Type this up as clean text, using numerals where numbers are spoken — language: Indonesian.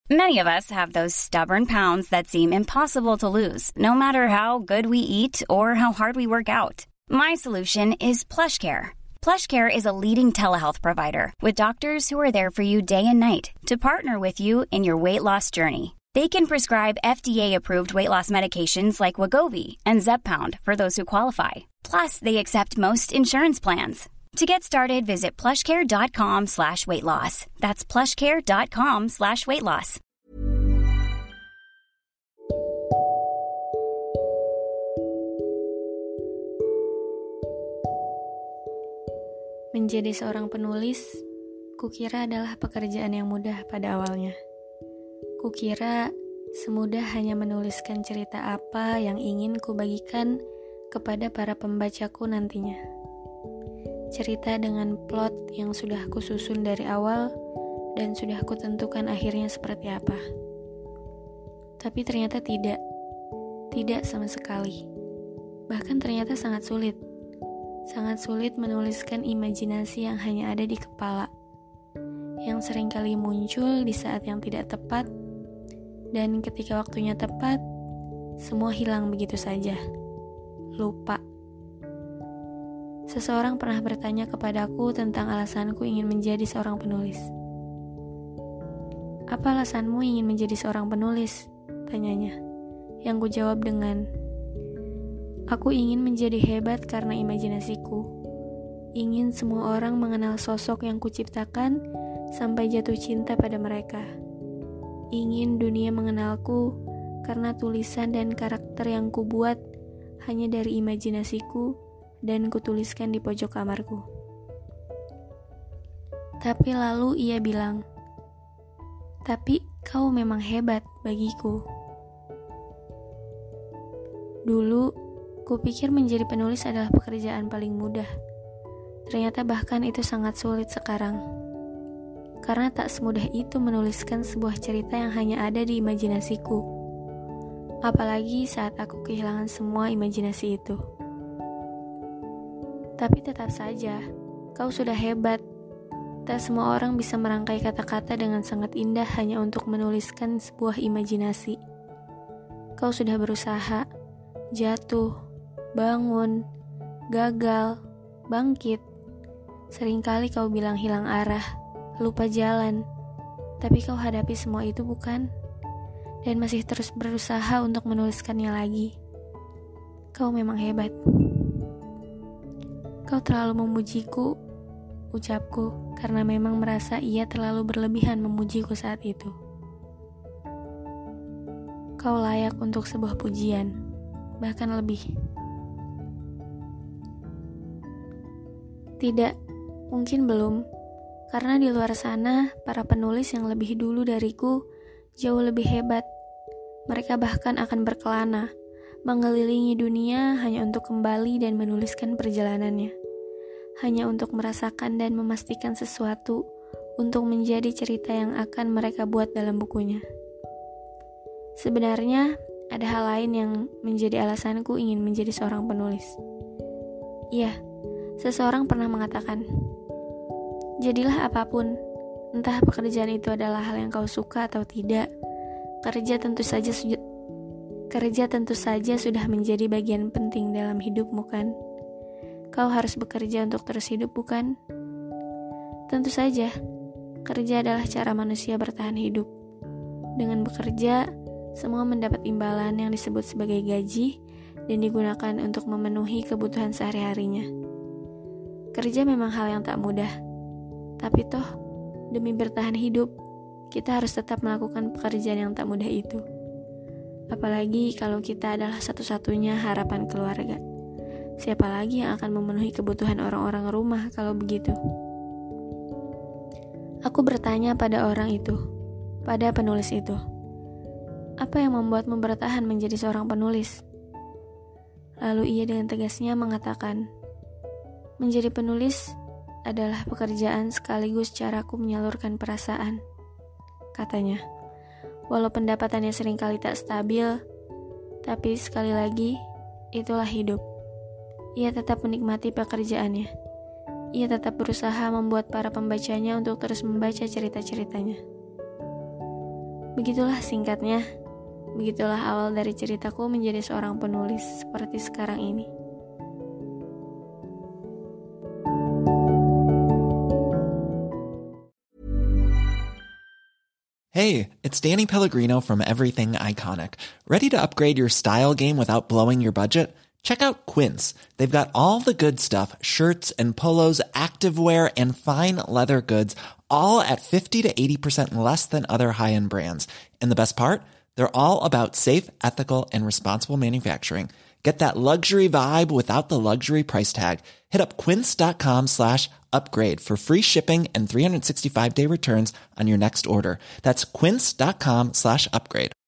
Many of us have those stubborn pounds that seem impossible to lose, no matter how good we eat or how hard we work out. My solution is PlushCare. PlushCare is a leading telehealth provider with doctors who are there for you day and night to partner with you in your weight loss journey. They can prescribe FDA-approved weight loss medications like Wegovy and Zepbound for those who qualify. Plus, they accept most insurance plans. To get started, visit plushcare.com/weightloss. That's plushcare.com/weightloss. Menjadi seorang penulis, kukira adalah pekerjaan yang mudah pada awalnya. Kukira semudah hanya menuliskan cerita apa yang ingin kubagikan kepada para pembacaku nantinya. Cerita dengan plot yang sudah kususun dari awal dan sudah kutentukan akhirnya seperti apa. Tapi ternyata tidak sama sekali. Bahkan ternyata sangat sulit menuliskan imajinasi yang hanya ada di kepala, yang seringkali muncul di saat yang tidak tepat, dan ketika waktunya tepat, semua hilang begitu saja. Lupa. Seseorang pernah bertanya kepadaku tentang alasanku ingin menjadi seorang penulis. Apa alasanmu ingin menjadi seorang penulis? Tanyanya. Yang kujawab dengan, aku ingin menjadi hebat karena imajinasiku. Ingin semua orang mengenal sosok yang kuciptakan sampai jatuh cinta pada mereka. Ingin dunia mengenalku karena tulisan dan karakter yang kubuat hanya dari imajinasiku dan kutuliskan di pojok kamarku. Tapi lalu ia bilang, tapi kau memang hebat bagiku. Dulu, kupikir menjadi penulis adalah pekerjaan paling mudah. Ternyata bahkan itu sangat sulit sekarang. Karena tak semudah itu menuliskan sebuah cerita yang hanya ada di imajinasiku. Apalagi saat aku kehilangan semua imajinasi itu. Tapi tetap saja, kau sudah hebat. Tak semua orang bisa merangkai kata-kata dengan sangat indah hanya untuk menuliskan sebuah imajinasi. Kau sudah berusaha, jatuh, bangun, gagal, bangkit. Seringkali kau bilang hilang arah, lupa jalan. Tapi kau hadapi semua itu bukan? Dan masih terus berusaha untuk menuliskannya lagi. Kau memang hebat. Kau terlalu memujiku, ucapku, karena memang merasa ia terlalu berlebihan memujiku saat itu. Kau layak untuk sebuah pujian, bahkan lebih. Tidak, mungkin belum, karena di luar sana, para penulis yang lebih dulu dariku jauh lebih hebat. Mereka bahkan akan berkelana, mengelilingi dunia hanya untuk kembali dan menuliskan perjalanannya. Hanya untuk merasakan dan memastikan sesuatu untuk menjadi cerita yang akan mereka buat dalam bukunya. Sebenarnya, ada hal lain yang menjadi alasanku ingin menjadi seorang penulis. Iya, seseorang pernah mengatakan, jadilah apapun, entah pekerjaan itu adalah hal yang kau suka atau tidak, kerja tentu saja sudah menjadi bagian penting dalam hidupmu kan? Kau harus bekerja untuk terus hidup, bukan? Tentu saja, kerja adalah cara manusia bertahan hidup. Dengan bekerja, semua mendapat imbalan yang disebut sebagai gaji dan digunakan untuk memenuhi kebutuhan sehari-harinya. Kerja memang hal yang tak mudah, tapi toh, demi bertahan hidup, kita harus tetap melakukan pekerjaan yang tak mudah itu. Apalagi kalau kita adalah satu-satunya harapan keluarga. Siapa lagi yang akan memenuhi kebutuhan orang-orang rumah kalau begitu? Aku bertanya pada orang itu, pada penulis itu, apa yang membuatmu bertahan menjadi seorang penulis? Lalu ia dengan tegasnya mengatakan, menjadi penulis adalah pekerjaan sekaligus caraku menyalurkan perasaan, katanya. Walau pendapatannya seringkali tak stabil, tapi sekali lagi, itulah hidup. Ia tetap menikmati pekerjaannya. Ia tetap berusaha membuat para pembacanya untuk terus membaca cerita-ceritanya. Begitulah singkatnya. Begitulah awal dari ceritaku menjadi seorang penulis seperti sekarang ini. Hey, it's Danny Pellegrino from Everything Iconic. Ready to upgrade your style game without blowing your budget? Check out Quince. They've got all the good stuff, shirts and polos, activewear, and fine leather goods, all at 50 to 80% less than other high-end brands. And the best part? They're all about safe, ethical, and responsible manufacturing. Get that luxury vibe without the luxury price tag. Hit up quince.com/upgrade for free shipping and 365-day returns on your next order. That's quince.com/upgrade.